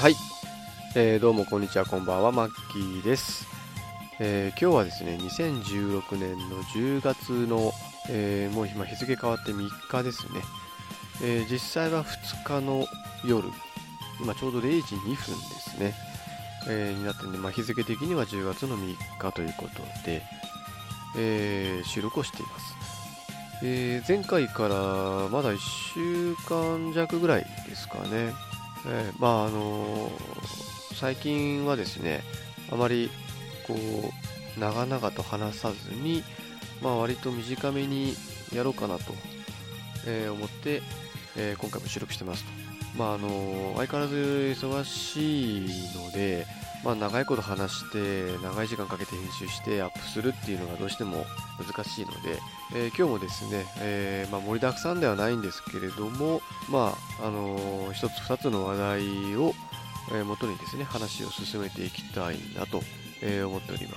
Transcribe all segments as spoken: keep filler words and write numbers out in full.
はい、えー、どうもこんにちは、こんばんは、マッキーです。えー、今日はですね、にせんじゅうろくねんのじゅうがつの、えーもう今日付変わってみっかですね。えー実際はふつかの夜、今ちょうどれいじにふんですね、えーになってるんで、まあ、日付的にはじゅうがつのみっかということで、えー収録をしています。えー前回からまだいっしゅうかん弱ぐらいですかね。えーまああのー最近はですね、あまりこう長々と話さずに、まあ、割と短めにやろうかなと、えー思って、えー今回も収録してますと。まああの相変わらず忙しいので、まあ、長いこと話して長い時間かけて編集してアップするっていうのがどうしても難しいので、えー今日もですね、えーまあ、盛りだくさんではないんですけれども、まああのー一つ二つの話題をえー元にですね、話を進めていきたいなと、えー思っております。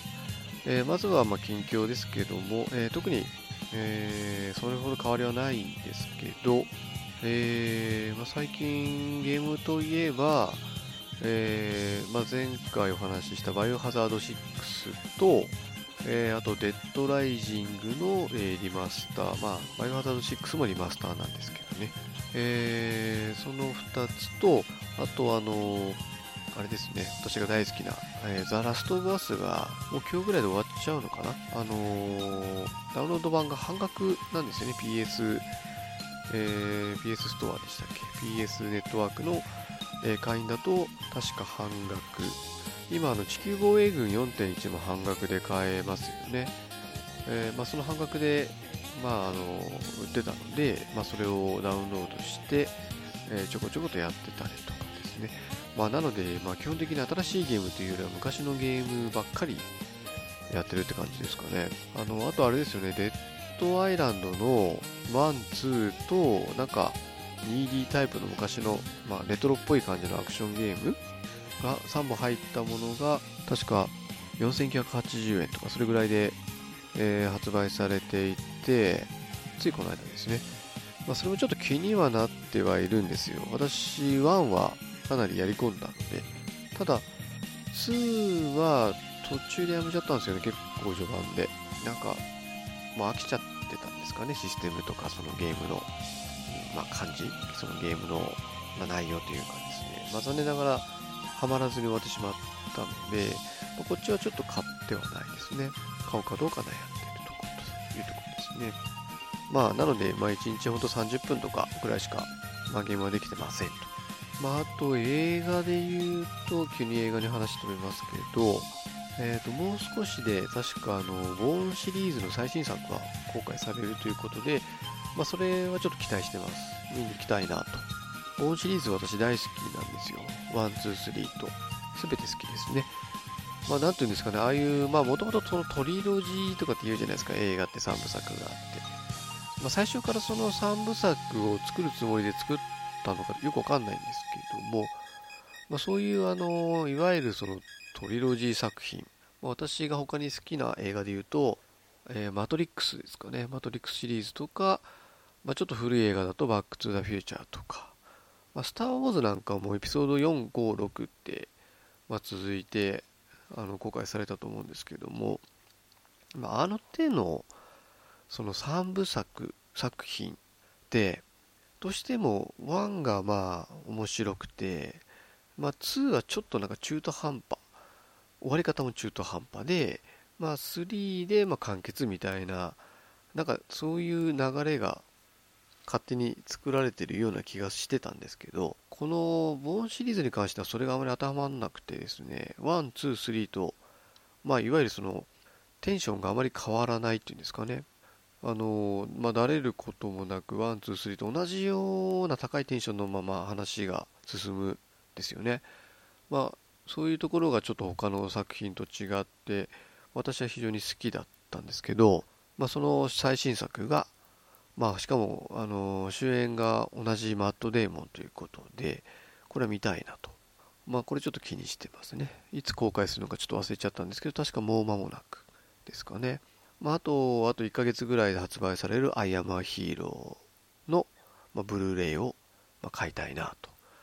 えーまずはまあ近況ですけども、えー特に、えーそれほど変わりはないんですけど、えーまあ、最近ゲームといえば、えーまあ、前回お話ししたバイオハザードシックスと、えーあとデッドライジングの、えーリマスター、まあ、バイオハザードシックスもリマスターなんですけどね、えーそのふたつと、あとあのーあれですね、私が大好きな、えーザ・ラストオブアスがもう今日ぐらいで終わっちゃうのかな。あのーダウンロード版が半額なんですよね、ピーエス、えー ピーエス スストアでしたっけ。ピーエス ネットワークの、えー会員だと確か半額。今、あの地球防衛軍 よんてんいち も半額で買えますよね。えーまあ、その半額で、まあ、あの売ってたので、まあ、それをダウンロードして、えーちょこちょことやってたりとかですね。まあ、なので、まあ、基本的に新しいゲームというよりは昔のゲームばっかりやってるって感じですかね。あの、あとあれですよね、デッドアイランドのワン、ツーと、なんか ツーディー タイプの昔の、まあ、レトロっぽい感じのアクションゲームがさんぼん入ったものが、確かよんせんきゅうひゃくはちじゅうえんとか、それぐらいで、えー発売されていて、ついこの間ですね。まあ、それもちょっと気にはなってはいるんですよ。私、ワンはかなりやり込んだので、ただ、ツーは途中でやめちゃったんですよね、結構序盤で。なんか、もう飽きちゃってたんですかね、システムとか、そのゲームの、うんまあ、感じ、そのゲームの、まあ、内容というかですね。まあ、残念ながら、ハマらずに終わってしまったので、まあ、こっちはちょっと買ってはないですね。買うかどうか悩んでいるところというところですね。まあ、なので、まあ、いちにちほんとさんじゅっぷんとかぐらいしか、まあ、ゲームはできてませんと。まあ、あと映画で言うと、急に映画に話飛びますけど、えーと、もう少しで、確かあの、ボーンシリーズの最新作が公開されるということで、まあ、それはちょっと期待してます。見に行きたいなと。ボーンシリーズ私大好きなんですよ。ワン、ツー、スリーと。すべて好きですね。まあ、なんていうんですかね、ああいう、まあ、もともとそのトリロジーとかって言うじゃないですか、映画ってさんぶさくがあって。まあ、最初からそのさんぶさくを作るつもりで作ったのかよくわかんないんですけども、まあ、そういうあのいわゆるそのトリロジー作品、まあ、私が他に好きな映画で言うと、えーマトリックスですかね。マトリックスシリーズとか、まあ、ちょっと古い映画だとバックトゥザフューチャーとか、まあ、スター・ウォーズなんかもエピソードよん、ご、ろくって、まあ、続いてあの公開されたと思うんですけども、まあ、あの手のそのさんぶさく作品ってどうしてもいちがまあ面白くて、まあ、にはちょっとなんか中途半端、終わり方も中途半端で、まあ、さんでまあ完結みたいな、なんかそういう流れが勝手に作られてるような気がしてたんですけど、このボーンシリーズに関してはそれがあまり当てはまらなくてですね、ワン、ツー、スリーと、まあ、いわゆるそのテンションがあまり変わらないっていうんですかね。あのまあ、慣れることもなく、ワン、ツー、スリーと同じような高いテンションのまま話が進むんですよね。まあ、そういうところがちょっと他の作品と違って、私は非常に好きだったんですけど、まあ、その最新作が、まあ、しかも、あの主演が同じマット・デーモンということで、これは見たいなと。まあ、これちょっと気にしてますね。いつ公開するのかちょっと忘れちゃったんですけど、確かもう間もなくですかね。まあ、あと、あといっかげつぐらいで発売される I am a Hero の、まあ、ブルーレイを、まあ、買いたいなと。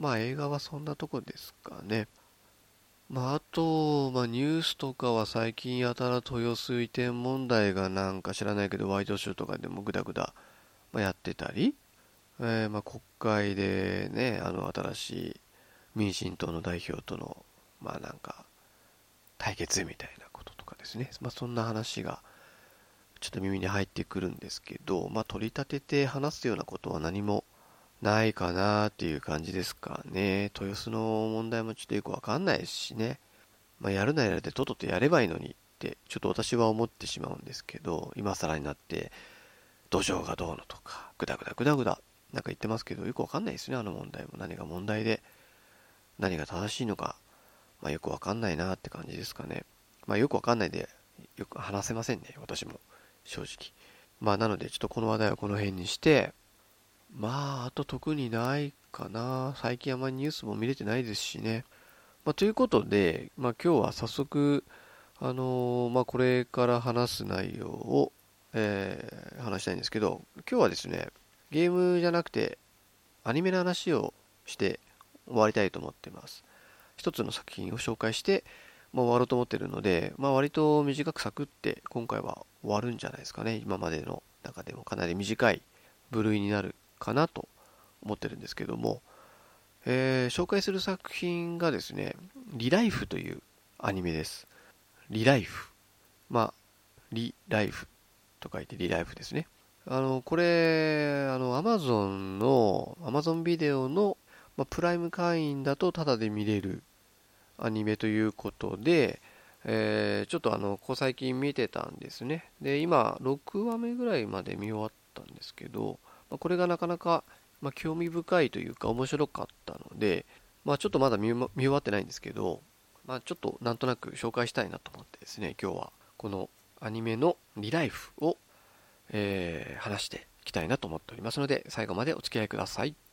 まあ映画はそんなとこですかね。まああと、まあニュースとかは最近やたら豊洲移転問題がなんか知らないけどワイドショーとかでもグダグダ、まあ、やってたり、えーまあ国会でね、あの新しい民進党の代表とのまあなんか対決みたいなこととかですね。まあそんな話がちょっと耳に入ってくるんですけど、まあ取り立てて話すようなことは何もないかなっていう感じですかね。豊洲の問題もちょっとよくわかんないですしね。まあやるならやるでとっととやればいいのにってちょっと私は思ってしまうんですけど、今更になって土壌がどうのとかグダグダグダグダなんか言ってますけど、よくわかんないですね。あの問題も何が問題で何が正しいのか、まあよくわかんないなって感じですかね。まあよくわかんないでよく話せませんね、私も正直。まあなのでちょっとこの話題はこの辺にして、まああと特にないかな。最近あまりニュースも見れてないですしね。まあということで、まあ今日は早速あのーまあこれから話す内容を、えー話したいんですけど、今日はですね、ゲームじゃなくてアニメの話をして終わりたいと思っています。一つの作品を紹介して、まあ、終わろうと思ってるので、まあ、割と短くサクって今回は終わるんじゃないですかね。今までの中でもかなり短い部類になるかなと思ってるんですけども、えー紹介する作品がですね、リライフというアニメです。リライフ。まあ、リライフと書いてリライフですね。あの、これ、あの、アマゾンの、アマゾンビデオの、まあ、プライム会員だとタダで見れるアニメということで、えーちょっとあの、ここ最近見てたんですね。で、今、ろくわめぐらいまで見終わったんですけど、まあ、これがなかなか、まあ、興味深いというか面白かったので、まあ、ちょっとまだ見ま見終わってないんですけど、まあ、ちょっとなんとなく紹介したいなと思ってですね、今日はこのアニメのリライフを、えー話していきたいなと思っておりますので、最後までお付き合いください。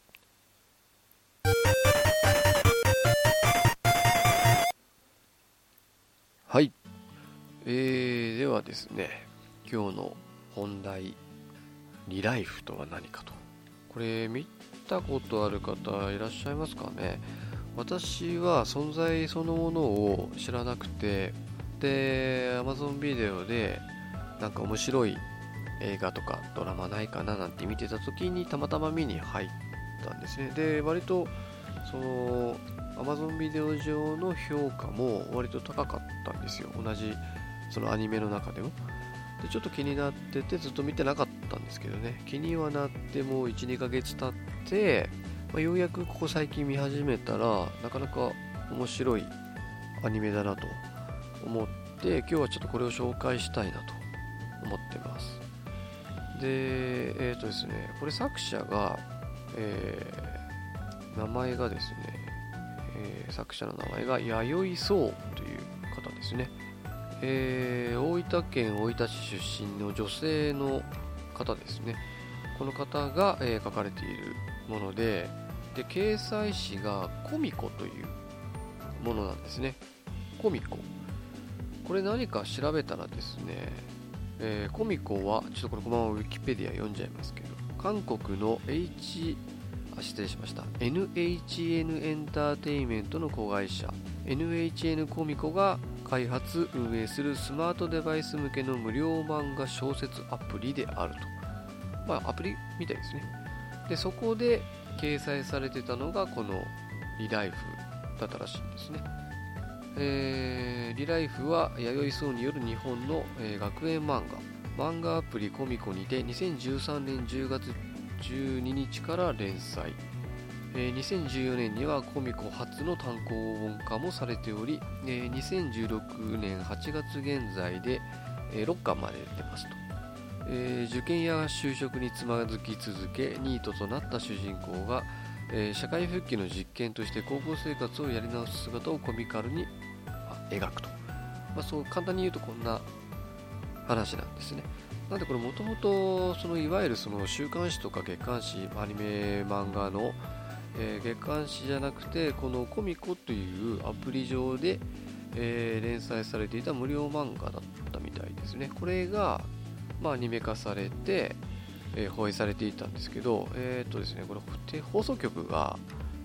はい。えー、ではですね、今日の本題、リライフとは何かと。これ、見たことある方いらっしゃいますかね。私は存在そのものを知らなくて、で、Amazon ビデオで、なんか面白い映画とかドラマないかななんて見てた時にたまたま見に入ったんですね。で、割と、その、Amazon ビデオ上の評価も割と高かったんですよ。同じ、そのアニメの中でも。で、ちょっと気になっててずっと見てなかったんですけどね。気にはなってもういち、にかげつ経って、まあ、ようやくここ最近見始めたら、なかなか面白いアニメだなと思って、今日はちょっとこれを紹介したいなと思ってます。で、えっとですね、これ作者が、えー名前がですね、えー作者の名前が弥生荘という方ですね。えー大分県大分市出身の女性の方ですね。この方が、えー書かれているもので、で、掲載誌がコミコというものなんですね。コミコ。これ何か調べたらですね、えーコミコは、ちょっとこれこのままウィキペディア読んじゃいますけど、韓国の H、あ、失礼しました。エヌエイチエヌ エンターテインメントの子会社、エヌエイチエヌ コミコが開発・運営するスマートデバイス向けの無料漫画小説アプリであると。まあ、アプリみたいですね。で、そこで掲載されてたのがこのリライフだったらしいんですね。えーリライフは弥生荘による日本の、えー学園漫画漫画アプリコミコにてにせんじゅうさんねんじゅうがつじゅうににちから連載、えーにせんじゅうよねんにはコミコ初の単行本化もされており、えーにせんじゅうろくねんはちがつ現在で、えーろっかんまで出てますと。えー受験や就職につまずき続けニートとなった主人公が、えー社会復帰の実験として高校生活をやり直す姿をコミカルに描くと、まあ、そう簡単に言うとこんな話なんですね。なんでこれもともとそのいわゆるその週刊誌とか月刊誌アニメ漫画の、えー月刊誌じゃなくてこのコミコというアプリ上で、えー連載されていた無料漫画だったみたいですね。これが、まあ、アニメ化されて、えー放映されていたんですけど、えーっとですね、これ放送局が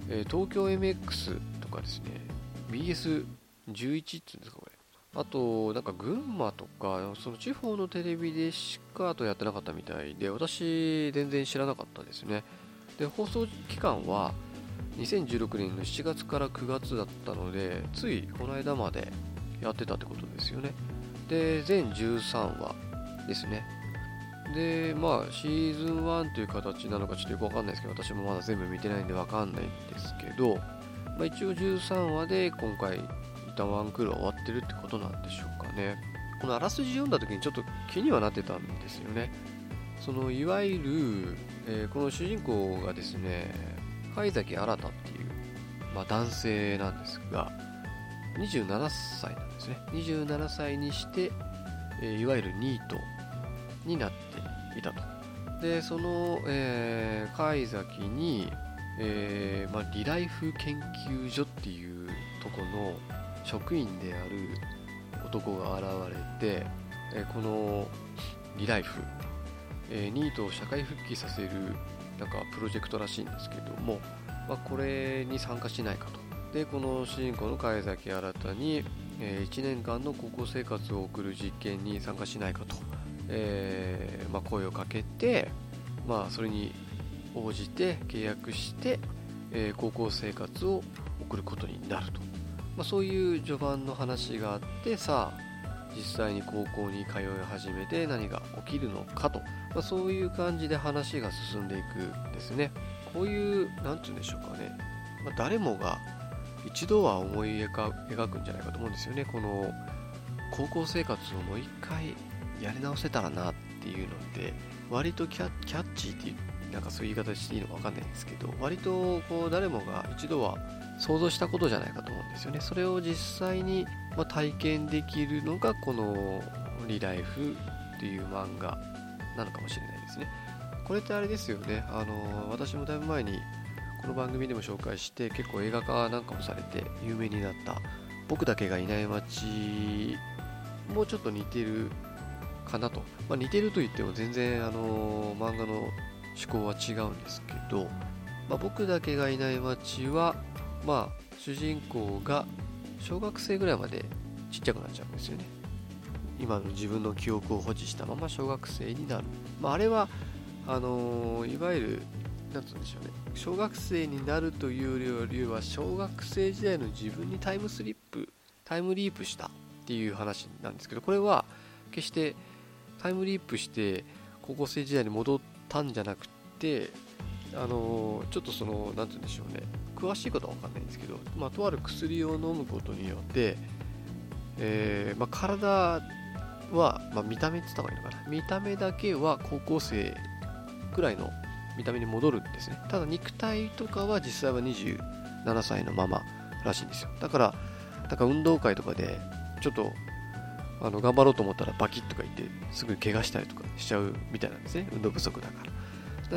えー、東京 エムエックス とかですね ビーエスじゅういち っていうんですかこれ、あとなんか群馬とかその地方のテレビでしかあとやってなかったみたいで、私全然知らなかったですね。で放送期間はにせんじゅうろくねんのしちがつからくがつだったので、ついこの間までやってたってことですよね。で全じゅうさんわですね。でまあシーズンワンという形なのかちょっとよくわかんないですけど、私もまだ全部見てないんでわかんないんですけど、まあ、一応じゅうさんわで今回一旦ワンクールは終わってるってことなんでしょうかね。このあらすじ読んだ時にちょっと気にはなってたんですよね。そのいわゆる、えー、この主人公がですね貝崎新っていう、まあ、男性なんですがにじゅうななさいなんですね。にじゅうななさいにして、えー、いわゆるニートになっていたと。でその、えー、貝崎に、えーまあ、リライフ研究所っていうとこの職員である男が現れて、えー、このリライフ、えー、ニートを社会復帰させるなんかプロジェクトらしいんですけども、まあ、これに参加しないかと。でこの主人公の貝崎新に、えー、いちねんかんの高校生活を送る実験に参加しないかと、えーまあ、声をかけて、まあ、それに応じて契約して、えー、高校生活を送ることになると、まあ、そういう序盤の話があって、さあ実際に高校に通い始めて何が起きるのかと、まあ、そういう感じで話が進んでいくんですね。こういうなんていうんでしょうかね、まあ、誰もが一度は思い描くんじゃないかと思うんですよね。この高校生活をもう一回やり直せたらなっていうのって割とキャキャッチーっていうなんかそういう言い方していいのか分かんないんですけど、割とこう誰もが一度は想像したことじゃないかと思うんですよね。それを実際にまあ体験できるのがこのリライフっていう漫画なのかもしれないですね。これってあれですよね、あの私もだいぶ前にこの番組でも紹介して結構映画化なんかもされて有名になった僕だけがいない街もちょっと似てるかなと、まあ、似てると言っても全然あの漫画の思考は違うんですけど、まあ、僕だけがいない街は、まあ、主人公が小学生ぐらいまでちっちゃくなっちゃうんですよね。今の自分の記憶を保持したまま小学生になる、まあ、あれはあのー、いわゆるなんて言うんでしょうね、小学生になるというよりは小学生時代の自分にタイムスリップタイムリープしたっていう話なんですけど、これは決してタイムリープして高校生時代に戻ったんじゃなくて、あのー、ちょっとそのなんて言うんでしょうね、詳しいことは分かんないんですけど、まあ、とある薬を飲むことによって、えーまあ、体は、まあ、見た目って言った方がいいのかな、見た目だけは高校生くらいの見た目に戻るんですね。ただ肉体とかは実際はにじゅうななさいのままらしいんですよ。だからだから運動会とかでちょっとあの頑張ろうと思ったらバキッとか言ってすぐ怪我したりとかしちゃうみたいなんですね、運動不足だから。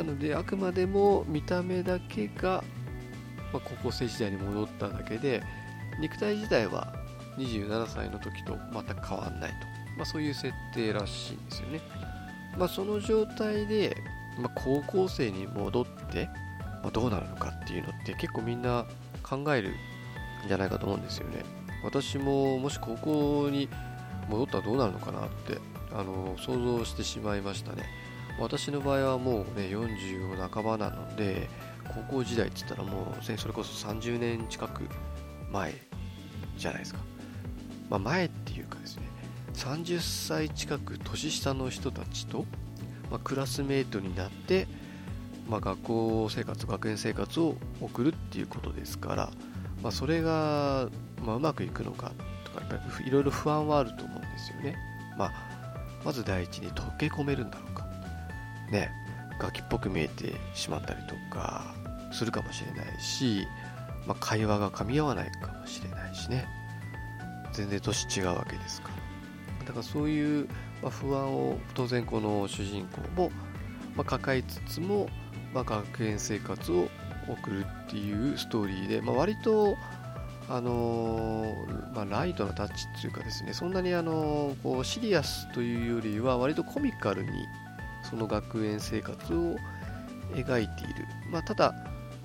なのであくまでも見た目だけが、まあ、高校生時代に戻っただけで肉体自体はにじゅうななさいの時と全く変わんないと、まあ、そういう設定らしいんですよね。まあ、その状態で、まあ、高校生に戻って、まあ、どうなるのかっていうのって結構みんな考えるんじゃないかと思うんですよね。私ももし高校に戻ったらどうなるのかなってあの想像してしまいましたね。私の場合はもうねよんじゅう半ばなので、高校時代って言ったらもうそれこそさんじゅうねん近く前じゃないですか。まあ、前っていうかですね、さんじゅっさい近く年下の人たちと、まあ、クラスメートになって、まあ、学校生活学園生活を送るっていうことですから、まあ、それが、まあ、うまくいくのかとかやっぱりいろいろ不安はあると思うんですよね。まあ、まず第一に溶け込めるんだろうかね、ガキっぽく見えてしまったりとかするかもしれないし、まあ、会話が噛み合わないかもしれないしね、全然年違うわけですから。だからそういう、まあ、不安を当然この主人公も、まあ、抱えつつも、まあ、学園生活を送るっていうストーリーで、まあ、割とあのーまあ、ライトなタッチっていうかですね、そんなに、あのーこうシリアスというよりは割とコミカルにその学園生活を描いている。まあ、ただ、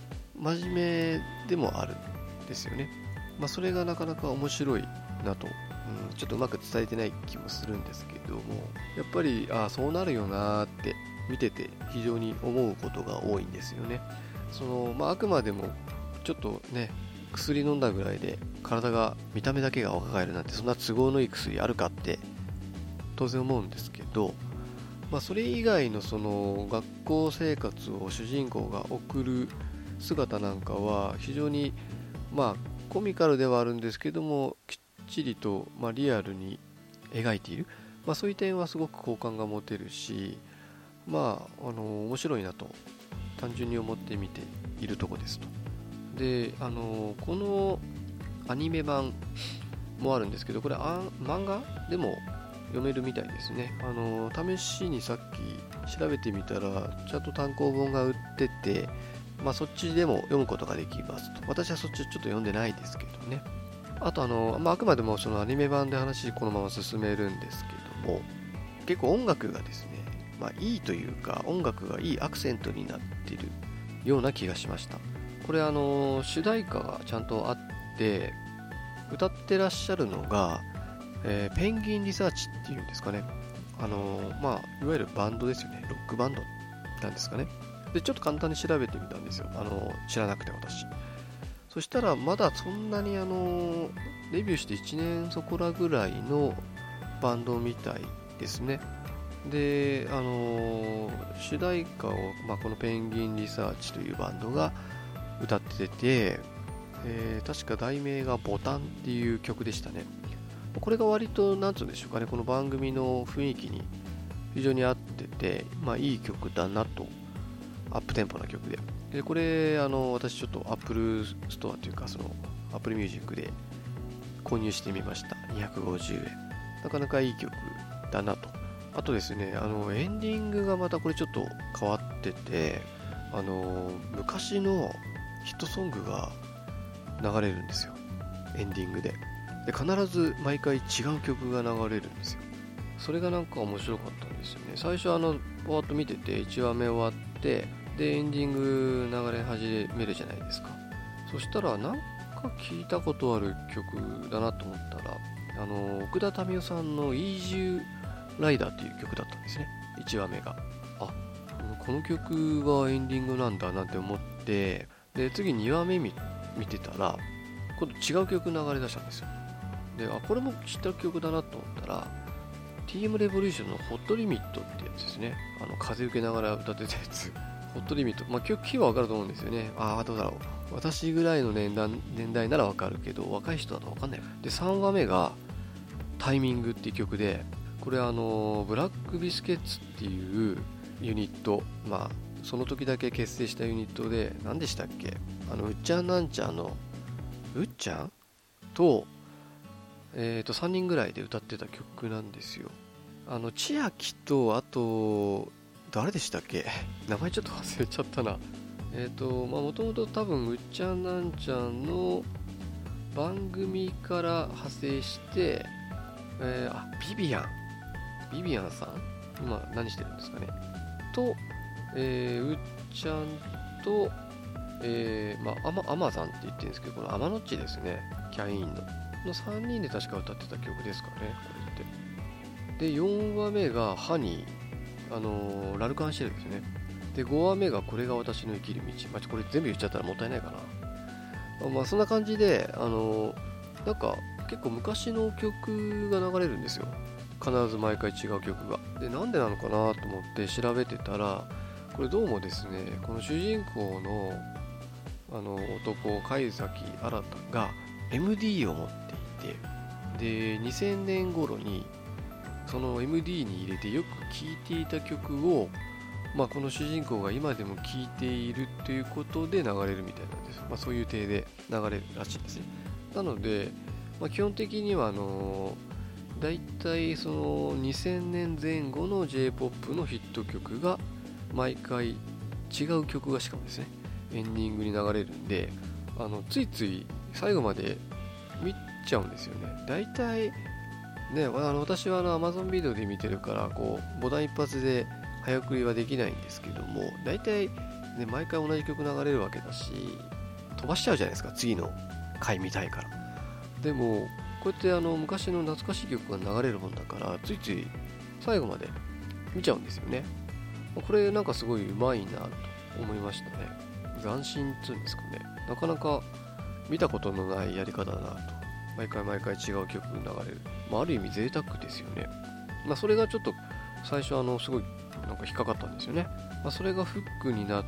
真面目でもあるんですよね。まあ、それがなかなか面白いなと、うん、ちょっとうまく伝えてない気もするんですけども、やっぱりあそうなるよなって見てて非常に思うことが多いんですよね。その、まあ、あくまでもちょっとね薬飲んだぐらいで体が見た目だけが若返るなんてそんな都合のいい薬あるかって当然思うんですけど、まあ、それ以外のその学校生活を主人公が送る姿なんかは非常にまあコミカルではあるんですけどもきっちりとまあリアルに描いている、まあ、そういう点はすごく好感が持てるし、まああの面白いなと単純に思って見ているとこですと。であのこのアニメ版もあるんですけど、これあ漫画でも読めるみたいですね。あの試しにさっき調べてみたらちゃんと単行本が売ってて、まあ、そっちでも読むことができますと。私はそっちちょっと読んでないですけどね。あとあの、まあ、あくまでもそのアニメ版で話このまま進めるんですけども、結構音楽がですね、まあ、いいというか音楽がいいアクセントになっているような気がしました。これあの主題歌がちゃんとあって歌ってらっしゃるのが、えー、ペンギンリサーチっていうんですかね。あのまあいわゆるバンドですよね。ロックバンドなんですかね。でちょっと簡単に調べてみたんですよ。あの知らなくて私。そしたらまだそんなにあのデビューしていちねんそこらぐらいのバンドみたいですね。であの主題歌を、まあ、このペンギンリサーチというバンドが歌ってて、えー、確か題名がボタンっていう曲でしたね。これが割となんつうんでしょうかね、この番組の雰囲気に非常に合ってて、まあいい曲だなと。アップテンポな曲で、でこれあの私ちょっと Apple ストアというかその Apple Music で購入してみました。にひゃくごじゅうえん。なかなかいい曲だなと。あとですね、あのエンディングがまたこれちょっと変わってて、あの昔のヒットソングが流れるんですよ、エンディングで。で必ず毎回違う曲が流れるんですよ。それがなんか面白かったんですよね。最初あのポワッと見てていちわめ終わってでエンディング流れ始めるじゃないですか。そしたらなんか聞いたことある曲だなと思ったら、あの奥田民生さんのイージューライダーっていう曲だったんですね、いちわめが。あ、この曲がエンディングなんだなんて思って、で次にわめ 見, 見てたら今度違う曲流れ出したんですよ。であこれも知った曲だなと思ったら ティーエム レボリューションのホットリミットってやつですね。あの風受けながら歌ってたやつホットリミット、まあ曲聞は分かると思うんですよね。ああどうだろう、私ぐらいの年代、年代なら分かるけど若い人だと分かんない。でさんわめがタイミングっていう曲で、これあのブラックビスケッツっていうユニット、まあその時だけ結成したユニットで、何でしたっけ、あのうっちゃんなんちゃんのうっちゃんとえーとさんにんぐらいで歌ってた曲なんですよ。あの千秋とあと誰でしたっけ名前ちょっと忘れちゃったな。えっ、ー、とまあもともと多分うっちゃんなんちゃんの番組から派生して、えー、あビビアンビビアンさん今何してるんですかねと、えー、うっちゃんと、えー、まあアマ、アマザンって言ってるんですけど、このアマノッチですね、キャインののさんにんで確か歌ってた曲ですかね、これって。でよんわめがハニー、あのー、ラルカンシェルですね。でごわめがこれが私の生きる道、まあ、これ全部言っちゃったらもったいないかな。まあそんな感じで、あのー、なんか結構昔の曲が流れるんですよ、必ず毎回違う曲が。でなんでなのかなと思って調べてたら、これどうもですね、この主人公のあの男貝崎新が エムディー を持っていて、でにせんねん頃にその エムディー に入れてよく聴いていた曲を、まあ、この主人公が今でも聴いているということで流れるみたいなんです。まあ、そういう体で流れるらしいですね。なので、まあ、基本的にはあのだいたいそのにせんねんぜん後の J-ポップ のヒット曲が毎回違う曲がしかもですねエンディングに流れるんで、あのついつい最後まで見ちゃうんですよね。だいたいね、あの私はあの Amazon ビデオで見てるからこうボタン一発で早送りはできないんですけども、だいたいね毎回同じ曲流れるわけだし、 飛ばしちゃうじゃないですか、次の回見たいから。でもこうやってあの昔の懐かしい曲が流れるもんだから、ついつい最後まで見ちゃうんですよね。これなんかすごい上手いなと思いましたね。斬新っていうんですかね、なかなか見たことのないやり方だなと。毎回毎回違う曲が流れる、まあ、ある意味贅沢ですよね。まあ、それがちょっと最初あのすごいなんか引っかかったんですよね。まあ、それがフックになって、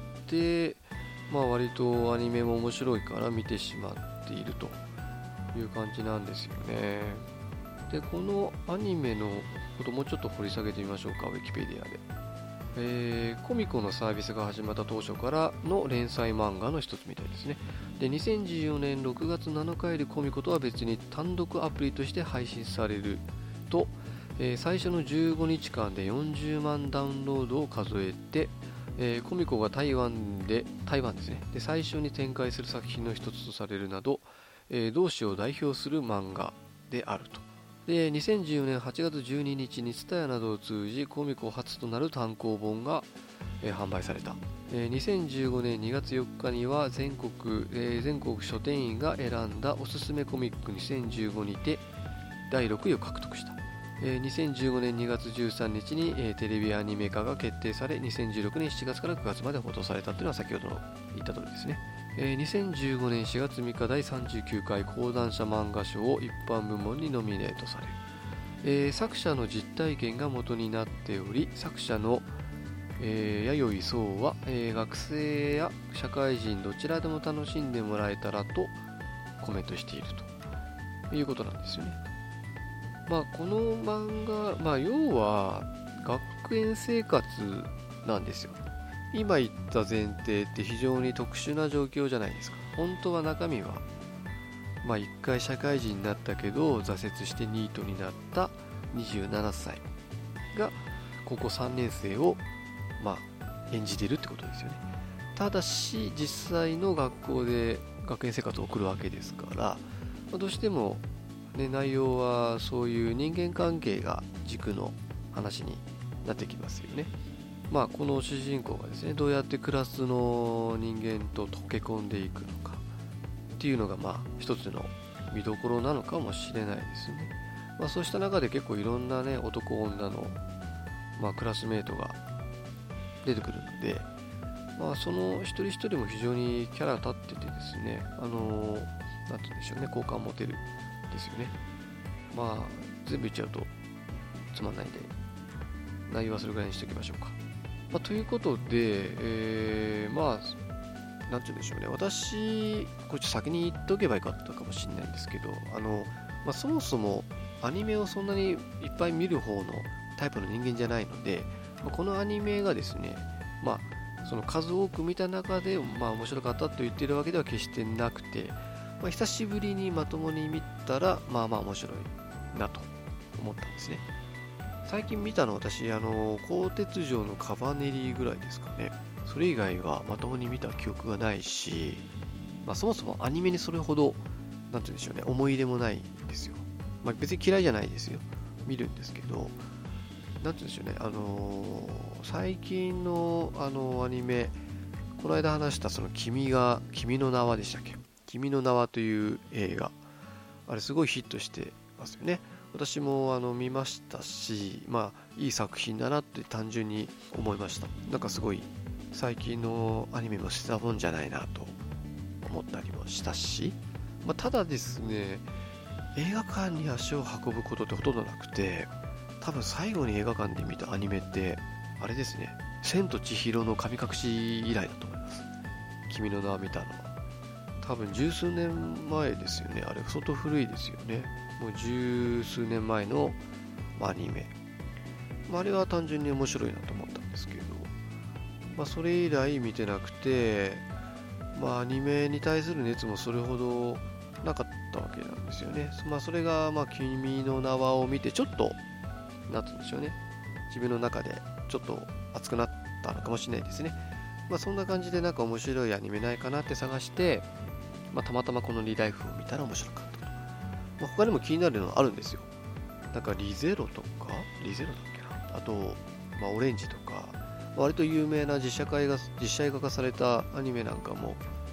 まあ、割とアニメも面白いから見てしまっているという感じなんですよね。でこのアニメのこともうちょっと掘り下げてみましょうか、ウィキペディアで。えー、コミコのサービスが始まった当初からの連載漫画の一つみたいですね。でにせんじゅうよねんろくがつなのかよりコミコとは別に単独アプリとして配信されると、えー、最初のじゅうごにちかんでよんじゅうまんダウンロードを数えて、えー、コミコが台湾で台湾ですねで最初に展開する作品の一つとされるなど、えー、同誌を代表する漫画であると。でにせんじゅうよねんはちがつじゅうににちにTSUTAYAなどを通じコミコ初となる単行本が、えー、販売された。えー、にせんじゅうごねんにがつよっかには全国、えー、全国書店員が選んだおすすめコミックにせんじゅうごにてだいろくいを獲得した。えー、にせんじゅうごねんにがつじゅうさんにちに、えー、テレビアニメ化が決定され、にせんじゅうろくねんしちがつからくがつまで放送されたというのは先ほどの言った通りですね。えー、にせんじゅうごねんしがつみっかだいさんじゅうきゅうかい講談社漫画賞を一般部門にノミネートされる。えー、作者の実体験が元になっており、作者の、えー、弥生壮は、えー、学生や社会人どちらでも楽しんでもらえたらとコメントしているということなんですよね。まあ、この漫画、まあ、要は学園生活なんですよ。今言った前提って非常に特殊な状況じゃないですか。本当は中身は、まあ、一回社会人になったけど挫折してニートになったにじゅうななさいが高校さんねん生を、まあ、演じてるってことですよね。ただし実際の学校で学園生活を送るわけですから、まあ、どうしてもね、内容はそういう人間関係が軸の話になってきますよね。まあこの主人公がですね、どうやってクラスの人間と溶け込んでいくのかっていうのがまあ一つの見どころなのかもしれないですね。まあそうした中で結構いろんなね男女のまあクラスメートが出てくるので、まあその一人一人も非常にキャラ立っててですね、あのー、なんて言うんでしょうね、好感持てるですよね。まあ全部言っちゃうとつまんないんで内容はそれぐらいにしておきましょうか。まあ、ということで、えー、まあなんて言うんでしょうね、私これちょっと先に言っとけばよかったかもしれないんですけど、あの、まあ、そもそもアニメをそんなにいっぱい見る方のタイプの人間じゃないので、まあ、このアニメがですね、まあその数多く見た中で、まあ、面白かったと言っているわけでは決してなくて、まあ、久しぶりにまともに見たらまあまあ面白いなと思ったんですね。最近見たの私、あの鋼鉄城のカバネリぐらいですかね。それ以外はまともに見た記憶がないし、まあ、そもそもアニメにそれほどなんて言うんでしょうね、思い入れもないんですよ。まあ、別に嫌いじゃないですよ、見るんですけど、なんて言うんでしょうね、あのー、最近のあのアニメ、この間話したその君が君の名はでしたっけ、君の名はという映画、あれすごいヒットしてますよね。私もあの見ましたし、まあいい作品だなって単純に思いました。なんかすごい最近のアニメも捨てたもんじゃないなと思ったりもしたし、まあ、ただですね、映画館に足を運ぶことってほとんどなくて、多分最後に映画館で見たアニメってあれですね、千と千尋の神隠し以来だと思います。君の名は見たのは多分十数年前ですよね。あれ相当古いですよね。もう十数年前のアニメ、まあ、あれは単純に面白いなと思ったんですけど、まあ、それ以来見てなくて、まあ、アニメに対する熱もそれほどなかったわけなんですよね。まあ、それがまあ君の名はを見てちょっとなんて言うんでしょうね、自分の中でちょっと熱くなったのかもしれないですね。まあ、そんな感じでなんか面白いアニメないかなって探して、まあ、たまたまこのリライフを見たら面白かった。まあ、他にも気になるのあるんですよ。なんかリゼロとか、リゼロだっけな、あと、まあ、オレンジとか、割と有名な実写化が実写映画化されたアニメなんかも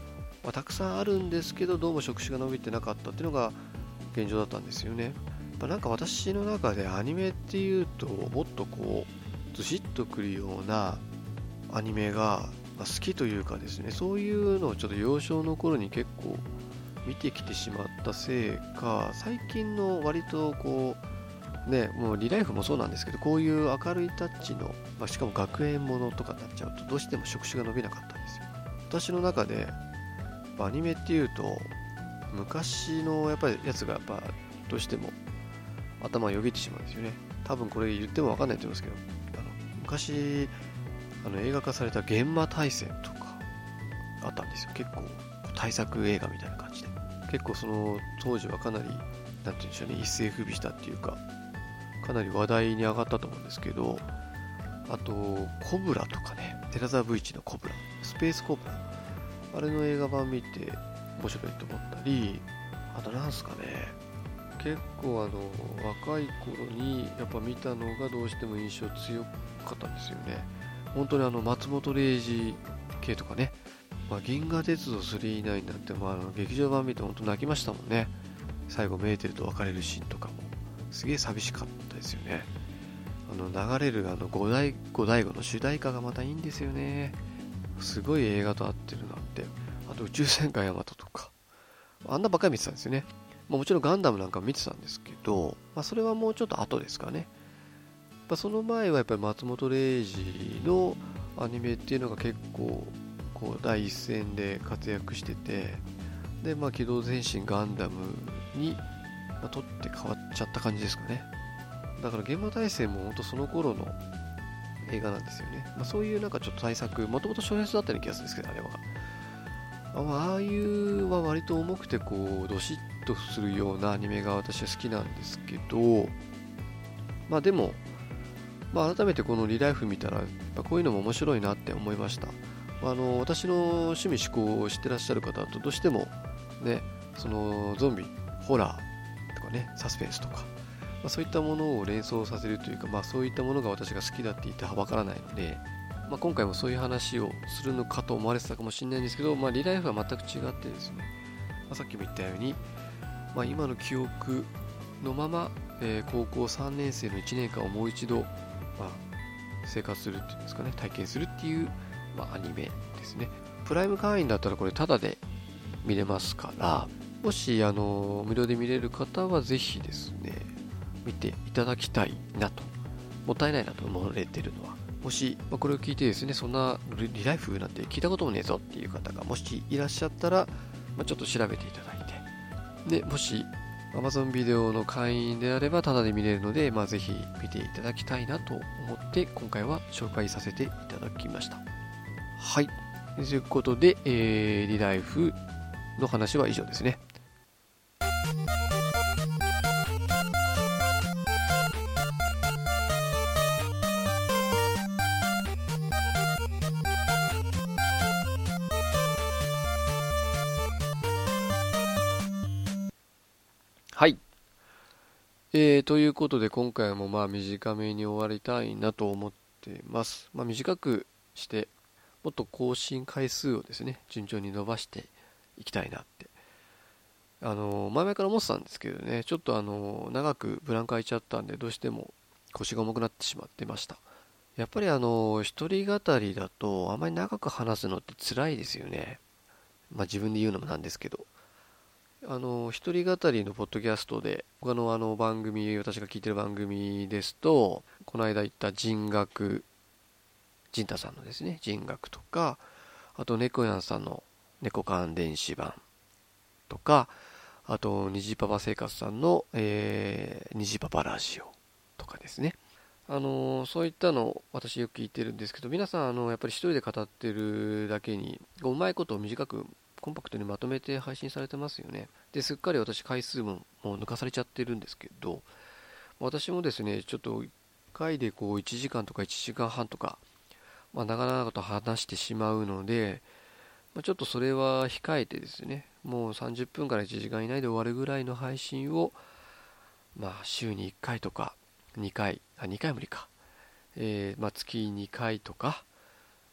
まあ、たくさんあるんですけど、どうも触手が伸びてなかったっていうのが現状だったんですよね。やっぱなんか私の中でアニメっていうと、もっとこうずしっとくるようなアニメが好きというかですね、そういうのをちょっと幼少の頃に結構見てきてしまったせいか、最近の割とこうね、もうリライフもそうなんですけど、こういう明るいタッチの、まあ、しかも学園ものとかになっちゃうとどうしても触手が伸びなかったんですよ。私の中でアニメっていうと昔のやっぱりやつがやっぱどうしても頭をよぎってしまうんですよね。多分これ言っても分かんないと思いますけど、あの昔あの映画化された幻魔大戦とかあったんですよ。結構大作映画みたいな感じで、結構その当時はかなりなんて言うんでしょうね、一世風靡したっていうか、かなり話題に上がったと思うんですけど、あとコブラとかね、寺澤ブイチのコブラ、スペースコブラ、あれの映画版見て面白いと思ったり、あとなんすかね、結構あの若い頃にやっぱ見たのがどうしても印象強かったんですよね。本当にあの松本零士系とかね、まあ、銀河鉄道スリーナインなんて、まあ、あの劇場版見て本当泣きましたもんね。最後メーテルと別れるシーンとかもすげえ寂しかったですよね。あの流れるあの五代五代五の主題歌がまたいいんですよね。すごい映画と合ってるなって。あと宇宙戦艦ヤマトとか、あんなばっかり見てたんですよね。まあ、もちろんガンダムなんか見てたんですけど、まあ、それはもうちょっと後ですかね。やっぱその前はやっぱり松本零士のアニメっていうのが結構こう第一線で活躍してて、で、まあ、機動戦士ガンダムに、まあ、取って変わっちゃった感じですかね。だから幻魔大戦も本当その頃の映画なんですよね。まあ、そういうなんかちょっと大作、もともと小説だったような気がするんですけど、あれは。ああいうは割と重くてこうどしっとするようなアニメが私は好きなんですけど、まあでも、まあ、改めてこのリライフ見たらやっぱこういうのも面白いなって思いました。あの私の趣味思考を知ってらっしゃる方だとどうしてもね、そのゾンビ、ホラーとかね、サスペンスとか、まあ、そういったものを連想させるというか、まあ、そういったものが私が好きだって言ってはばからないので、まあ、今回もそういう話をするのかと思われてたかもしれないんですけど、まあ、リライフは全く違ってですね、まあ、さっきも言ったように、まあ、今の記憶のまま、えー、高校さんねん生のいちねんかんをもう一度、まあ、生活するっていうんですかね、体験するっていう、まあ、アニメですね。プライム会員だったらこれタダで見れますから、もしあの無料で見れる方はぜひですね見ていただきたいなと、もったいないなと思われてるのは、もし、まあ、これを聞いてですね、そんなリライフなんて聞いたこともねえぞっていう方がもしいらっしゃったら、まあ、ちょっと調べていただいて、でもし Amazon ビデオの会員であればタダで見れるので、まあ、ぜひ見ていただきたいなと思って今回は紹介させていただきました。はい、ということで、えー、リライフの話は以上ですね。はい、えー、ということで今回もまあ短めに終わりたいなと思っています。まあ、短くしてもっと更新回数をですね順調に伸ばしていきたいなってあの前々から思ってたんですけどね、ちょっとあの長くブランク空いちゃったんでどうしても腰が重くなってしまってました。やっぱりあの一人語りだとあまり長く話すのって辛いですよね。まあ自分で言うのもなんですけど、あの一人語りのポッドキャストで他のあの番組、私が聞いてる番組ですと、この間言った人学陣太さんのですね人学とか、あと猫やんさんの猫缶電子版とか、あと虹パパ生活さんの、えー、虹パパラジオとかですね、あのーそういったのを私よく聞いてるんですけど、皆さんあのやっぱり一人で語ってるだけにうまいことを短くコンパクトにまとめて配信されてますよね。ですっかり私回数ももう抜かされちゃってるんですけど、私もですねちょっといっかいでこういちじかんとかいちじかんはんとか、まあ、長々と話してしまうので、まあ、ちょっとそれは控えてですね、もうさんじゅっぷんからいちじかん以内で終わるぐらいの配信を、まあ、週にいっかいとかにかい、あにかい無理か、えーまあ、月にかいとか、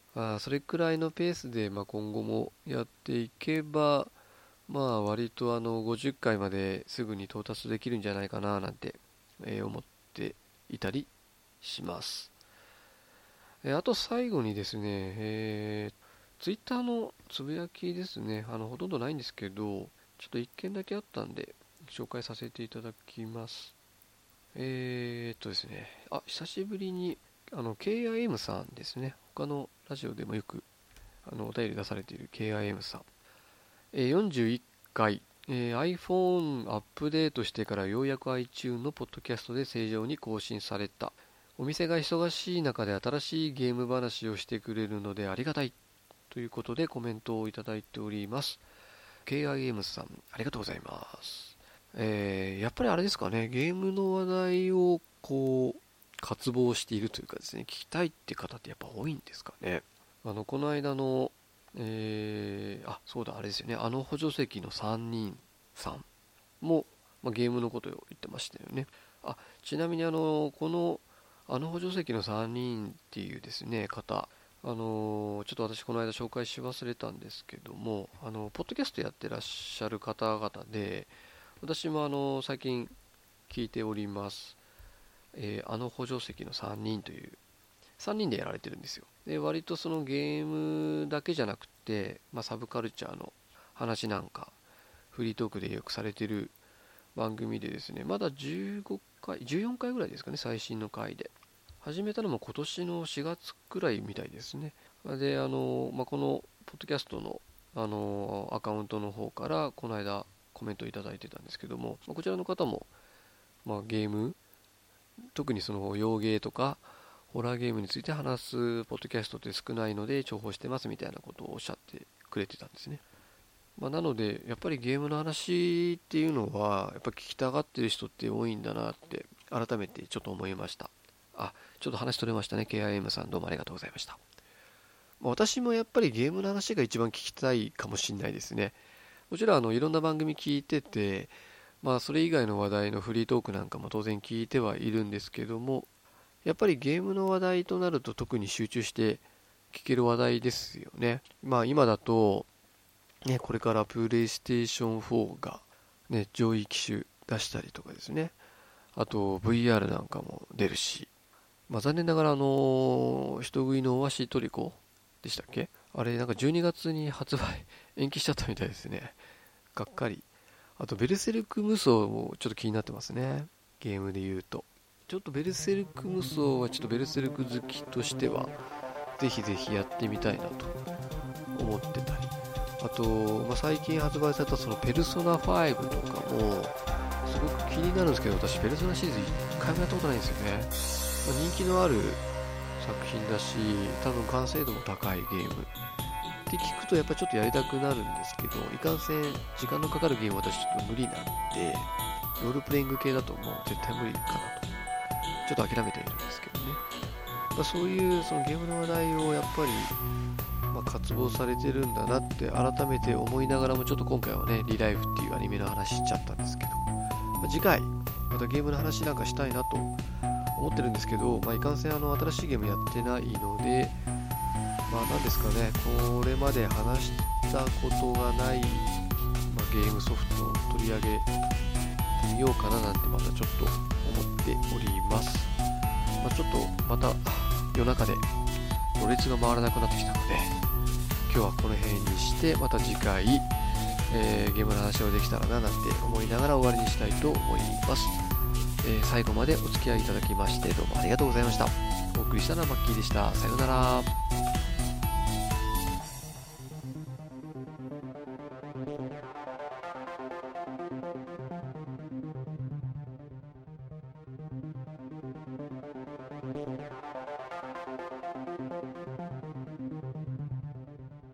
あそれくらいのペースで、まあ、今後もやっていけば、まあ割とあのごじゅっかいまですぐに到達できるんじゃないかななんて、えー思っていたりします。えーあと最後にですね、えー、ツイッターのつぶやきですね、あのほとんどないんですけど、ちょっと一件だけあったんで紹介させていただきます。えーっとですね、あ、久しぶりにあの ケーアイエム さんですね、他のラジオでもよくあのお便り出されている ケーアイエム さん、えーよんじゅういっかい、えー iPhone アップデートしてからようやく iTunes のポッドキャストで正常に更新された。お店が忙しい中で新しいゲーム話をしてくれるのでありがたいということでコメントをいただいております。 ケーアイエム さんありがとうございます。えーやっぱりあれですかね、ゲームの話題をこう渇望しているというかですね、聞きたいって方ってやっぱ多いんですかね。あのこの間のえー、あ、そうだ、あれですよね。あの補助席のさんにんさんも、まあ、ゲームのことを言ってましたよね。あ、ちなみにあの、この、あの補助席のさんにんっていうですね、方、あのーちょっと私この間紹介し忘れたんですけども、あの、ポッドキャストやってらっしゃる方々で、私もあの、最近聞いております。えーあの補助席のさんにんというさんにんでやられてるんですよ。で、割とそのゲームだけじゃなくて、まあ、サブカルチャーの話なんか、フリートークでよくされてる番組でですね、まだじゅうごかい、じゅうよんかいぐらいですかね、最新の回で。始めたのも今年のしがつくらいみたいですね。で、あの、まあ、この、ポッドキャストの、あの、アカウントの方から、この間、コメントいただいてたんですけども、こちらの方も、まあ、ゲーム、特にその、洋ゲーとか、ホラーゲームについて話すポッドキャストって少ないので重宝してますみたいなことをおっしゃってくれてたんですね。まあ、なのでやっぱりゲームの話っていうのはやっぱ聞きたがってる人って多いんだなって改めてちょっと思いました。あ、ちょっと話取れましたね。 ケーアイエム さんどうもありがとうございました。まあ私もやっぱりゲームの話が一番聞きたいかもしれないですね。もちろんあのいろんな番組聞いてて、まあそれ以外の話題のフリートークなんかも当然聞いてはいるんですけども、やっぱりゲームの話題となると特に集中して聞ける話題ですよね。まあ今だと、ね、これからプレイステーションフォーが、ね、上位機種出したりとかですね。あと ブイアール なんかも出るし、まあ残念ながらあの人食いのオアシトリコでしたっけ、あれなんかじゅうにがつに発売延期しちゃったみたいですね。がっかり。あとベルセルク無双もちょっと気になってますね、ゲームで言うと。ちょっとベルセルク無双はちょっとベルセルク好きとしてはぜひぜひやってみたいなと思ってたり、あと、まあ、最近発売されたそのペルソナファイブとかもすごく気になるんですけど、私ペルソナシリーズいっかいもやったことないんですよね。まあ、人気のある作品だし多分完成度も高いゲームって聞くとやっぱちょっとやりたくなるんですけど、いかんせん時間のかかるゲームは私ちょっと無理なんで、ロールプレイング系だともう絶対無理かなとちょっと諦めているんですけどね。まあ、そういうそのゲームの話題をやっぱり、まあ、渇望されてるんだなって改めて思いながらも、ちょっと今回はねリライフっていうアニメの話しちゃったんですけど、まあ、次回またゲームの話なんかしたいなと思ってるんですけど、まあ、いかんせんあの新しいゲームやってないので、まあ何ですかね、これまで話したことがない、まあ、ゲームソフトを取り上げてみようかななんてまたちょっと思っております。まあ、ちょっとまた夜中でろれつが回らなくなってきたので、今日はこの辺にしてまた次回、えー、ゲームの話をできたらななんて思いながら終わりにしたいと思います。えー、最後までお付き合いいただきましてどうもありがとうございました。お送りしたのはマッキーでした。さようなら。